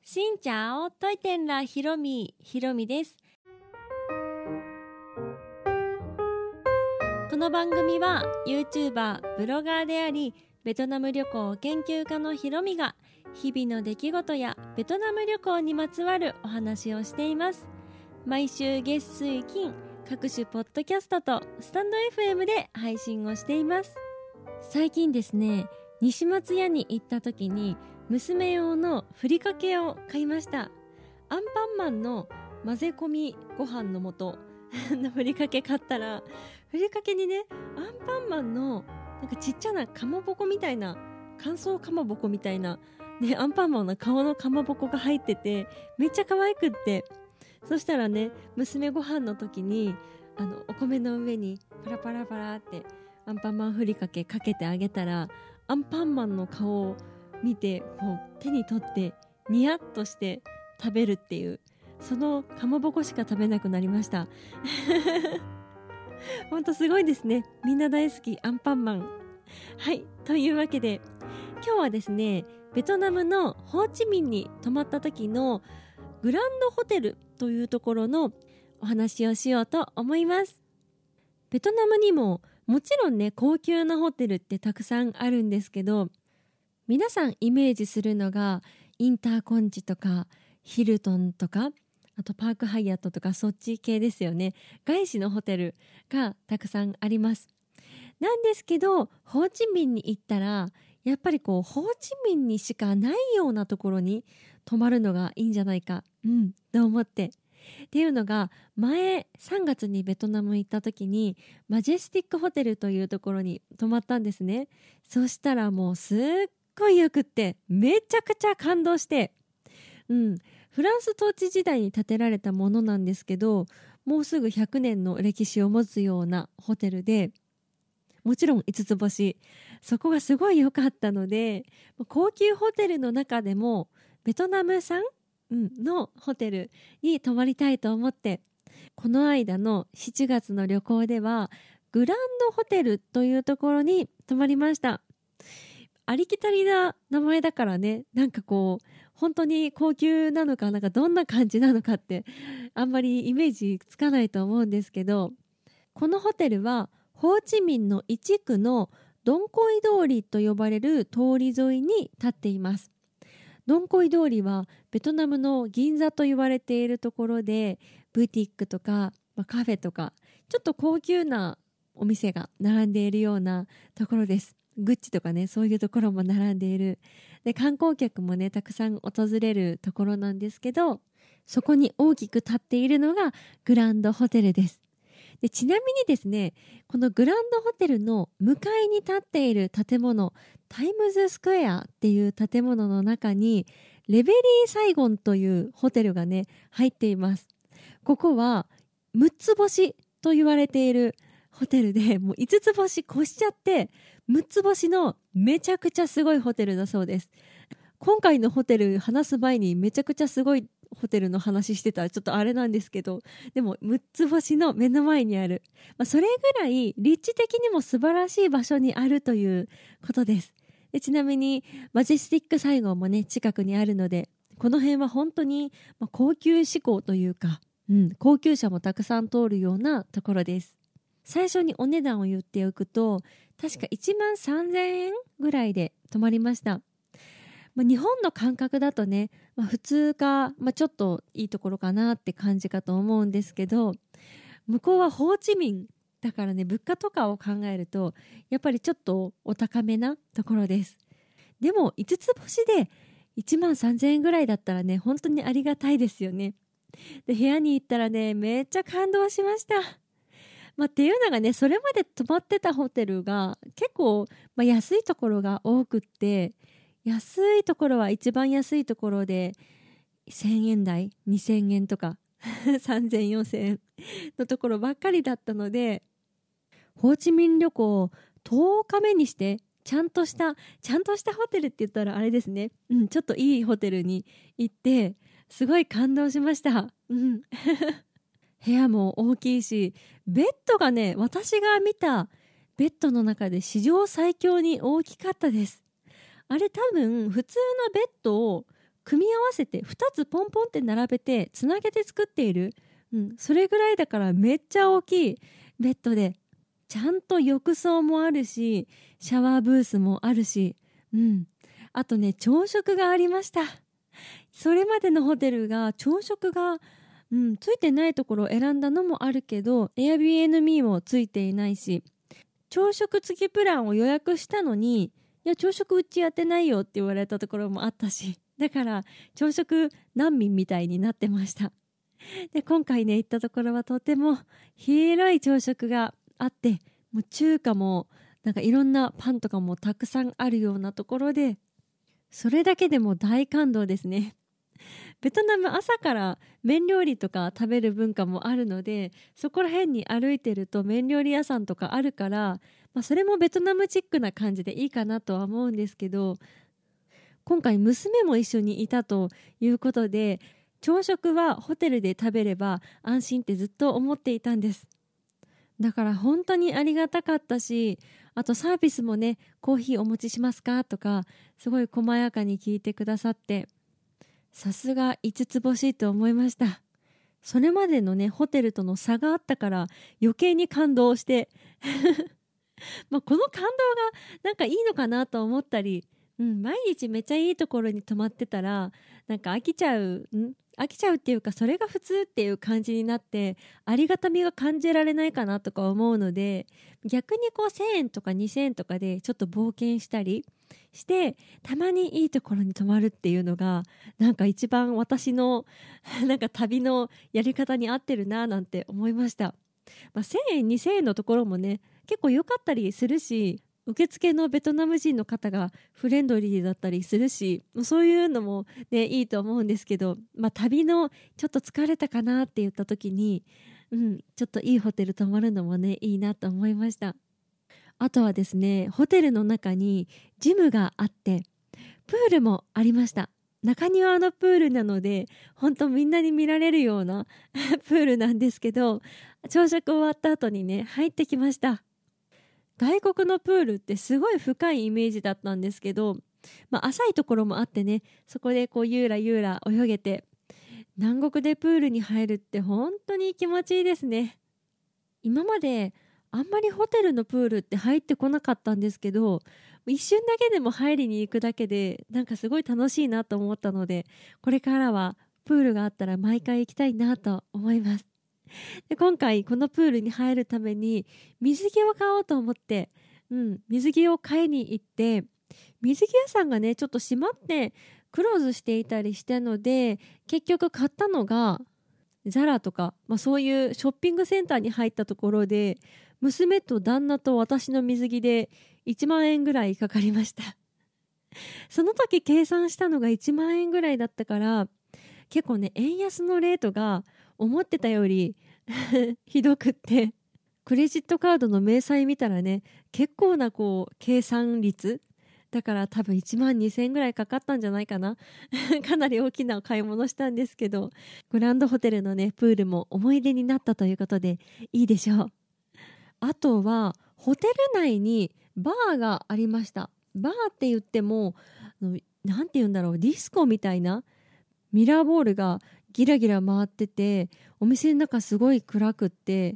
しんちゃおトイテンラひろみです。この番組は YouTuber、ブロガーでありベトナム旅行研究家のひろみが日々の出来事やベトナム旅行にまつわるお話をしています。毎週月水金各種ポッドキャストとスタンド FM で配信をしています。最近ですね、西松屋に行った時に娘用のふりかけを買いました。アンパンマンの混ぜ込みご飯の素のふりかけ買ったら、ふりかけにね、アンパンマンのなんかちっちゃなかまぼこみたいな、乾燥かまぼこみたいな、ね、アンパンマンの顔のかまぼこが入っててめっちゃ可愛くって、そしたらね、娘ご飯の時にお米の上にパラパラパラってアンパンマンふりかけかけてあげたら、アンパンマンの顔を見てこう手に取ってニヤッとして食べるっていう、そのかまぼこしか食べなくなりましたほんとすごいですね。みんな大好きアンパンマン。はい、というわけで今日はですね、ベトナムのホーチミンに泊まった時のグランドホテルというところのお話をしようと思います。ベトナムにももちろんね、高級なホテルってたくさんあるんですけど、皆さんイメージするのがインターコンチとかヒルトンとか、あとパークハイアットとか、そっち系ですよね。外資のホテルがたくさんあります。なんですけど、ホーチミンに行ったらやっぱりこうホーチミンにしかないようなところに泊まるのがいいんじゃないかと思って、っていうのが、前3月にベトナム行った時にマジェスティックホテルというところに泊まったんですね。そしたらもうすっごいよくって、めちゃくちゃ感動して、フランス統治時代に建てられたものなんですけど、もうすぐ100年の歴史を持つようなホテルで、もちろん5つ星、そこがすごい良かったので、高級ホテルの中でもベトナム産のホテルに泊まりたいと思って、この間の7月の旅行ではグランドホテルというところに泊まりました。ありきたりな名前だからね、なんかこう本当に高級なのか、なんかどんな感じなのかってあんまりイメージつかないと思うんですけど、このホテルはホーチミンの一区のドンコイ通りと呼ばれる通り沿いに建っています。ドンコイ通りはベトナムの銀座と言われているところで、ブティックとか、カフェとかちょっと高級なお店が並んでいるようなところです。グッチとかね、そういうところも並んでいる。で、観光客もね、たくさん訪れるところなんですけど、そこに大きく建っているのがグランドホテルです。で、ちなみにですね、このグランドホテルの向かいに建っている建物、タイムズスクエアっていう建物の中にレベリーサイゴンというホテルがね、入っています。ここは6つ星と言われているホテルで、もう5つ星越しちゃって6つ星のめちゃくちゃすごいホテルだそうです。今回のホテル話す前にめちゃくちゃすごいホテルの話してたらちょっとあれなんですけど、でも6つ星の目の前にある、それぐらい立地的にも素晴らしい場所にあるということです。で、ちなみにマジェスティックサイゴンもね、近くにあるので、この辺は本当に高級志向というか、高級車もたくさん通るようなところです。最初にお値段を言っておくと、確か13,000円ぐらいで泊まりました。日本の感覚だとね、普通か、ちょっといいところかなって感じかと思うんですけど、向こうはホーチミンだからね、物価とかを考えるとやっぱりちょっとお高めなところです。でも5つ星で13,000円ぐらいだったらね、本当にありがたいですよね。で、部屋に行ったらね、めっちゃ感動しました。っていうのがね、それまで泊まってたホテルが結構、安いところが多くって、安いところは一番安いところで1000円台、2000円とか3000、4000円のところばっかりだったので、ホーチミン旅行10日目にしてちゃんとしたホテルって言ったらあれですね、ちょっといいホテルに行ってすごい感動しました。部屋も大きいし、ベッドがね、私が見たベッドの中で史上最強に大きかったです。あれ多分普通のベッドを組み合わせて2つポンポンって並べてつなげて作っている、それぐらいだからめっちゃ大きいベッドで、ちゃんと浴槽もあるしシャワーブースもあるし、あとね朝食がありました。それまでのホテルが朝食が、ついてないところを選んだのもあるけど Airbnb もついていないし、朝食付きプランを予約したのに、いや朝食うちやってないよって言われたところもあったし、だから朝食難民みたいになってました。で今回ね行ったところはとても広い朝食があって、もう中華もなんかいろんなパンとかもたくさんあるようなところで、それだけでも大感動ですね。ベトナム朝から麺料理とか食べる文化もあるので、そこら辺に歩いてると麺料理屋さんとかあるから、それもベトナムチックな感じでいいかなとは思うんですけど、今回娘も一緒にいたということで、朝食はホテルで食べれば安心ってずっと思っていたんです。だから本当にありがたかったし、あとサービスもね、コーヒーお持ちしますかとかすごい細やかに聞いてくださって、さすが5つ星と思いました。それまでのねホテルとの差があったから余計に感動してこの感動がなんかいいのかなと思ったり、毎日めっちゃいいところに泊まってたらなんか飽きちゃうっていうか、それが普通っていう感じになってありがたみが感じられないかなとか思うので、逆にこう1000円とか2000円とかでちょっと冒険したりしてたまにいいところに泊まるっていうのがなんか一番私のなんか旅のやり方に合ってるななんて思いました。1000円2000円のところもね結構良かったりするし、受付のベトナム人の方がフレンドリーだったりするし、そういうのもねいいと思うんですけど、旅のちょっと疲れたかなって言った時に、ちょっといいホテル泊まるのもねいいなと思いました。あとはですね、ホテルの中にジムがあってプールもありました。中庭のプールなので本当みんなに見られるようなプールなんですけど、朝食終わった後にね入ってきました。外国のプールってすごい深いイメージだったんですけど、浅いところもあってね、そこでこうゆらゆら泳げて、南国でプールに入るって本当に気持ちいいですね。今まであんまりホテルのプールって入ってこなかったんですけど、一瞬だけでも入りに行くだけでなんかすごい楽しいなと思ったので、これからはプールがあったら毎回行きたいなと思います。で今回このプールに入るために水着を買おうと思って、水着を買いに行って、水着屋さんがねちょっと閉まってクローズしていたりしたので、結局買ったのがザラとか、そういうショッピングセンターに入ったところで、娘と旦那と私の水着で1万円ぐらいかかりました。その時計算したのが1万円ぐらいだったから、結構ね円安のレートが思ってたよりひどくって、クレジットカードの明細見たらね結構なこう計算率だから、多分1万2000円ぐらいかかったんじゃないかなかなり大きな買い物したんですけど、グランドホテルのねプールも思い出になったということでいいでしょう。あとはホテル内にバーがありました。バーって言ってもなんて言うんだろう、ディスコみたいなミラーボールがギラギラ回ってて、お店の中すごい暗くって、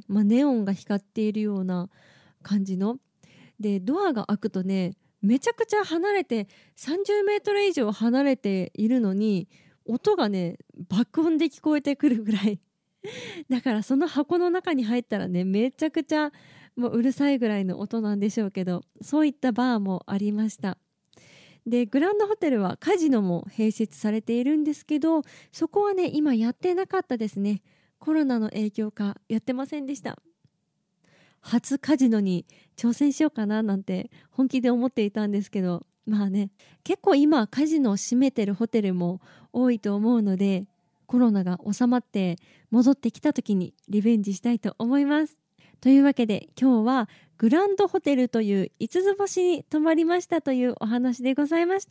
ネオンが光っているような感じので、ドアが開くとねめちゃくちゃ離れて30メートル以上離れているのに音がね爆音で聞こえてくるぐらいだからその箱の中に入ったらねめちゃくちゃもううるさいぐらいの音なんでしょうけど、そういったバーもありました。でグランドホテルはカジノも併設されているんですけど、そこはね今やってなかったですね。コロナの影響かやってませんでした。初カジノに挑戦しようかななんて本気で思っていたんですけど、結構今カジノを閉めてるホテルも多いと思うので、コロナが収まって戻ってきた時にリベンジしたいと思います。というわけで今日はグランドホテルという5つ星に泊まりましたというお話でございました。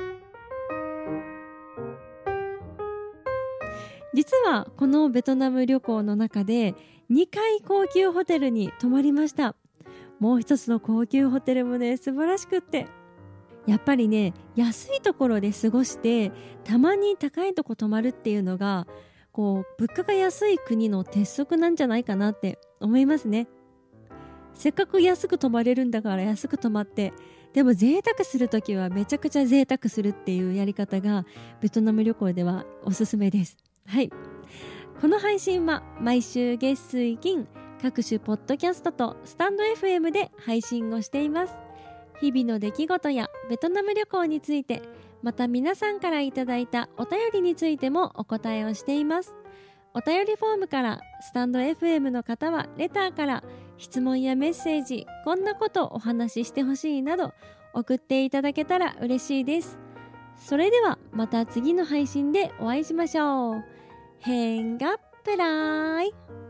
実はこのベトナム旅行の中で2回高級ホテルに泊まりました。もう一つの高級ホテルもね素晴らしくって、 やっぱりね、安いところで過ごしてたまに高いとこ泊まるっていうのが物価が安い国の鉄則なんじゃないかなって思いますね。せっかく安く泊まれるんだから安く泊まって、でも贅沢するときはめちゃくちゃ贅沢するっていうやり方がベトナム旅行ではおすすめです。はい、この配信は毎週月水金各種ポッドキャストとスタンド FM で配信をしています。日々の出来事やベトナム旅行について、また皆さんからいただいたお便りについてもお答えをしています。お便りフォームから、スタンド FM の方はレターから質問やメッセージ、こんなことお話ししてほしいなど送っていただけたら嬉しいです。それではまた次の配信でお会いしましょう。変がプライ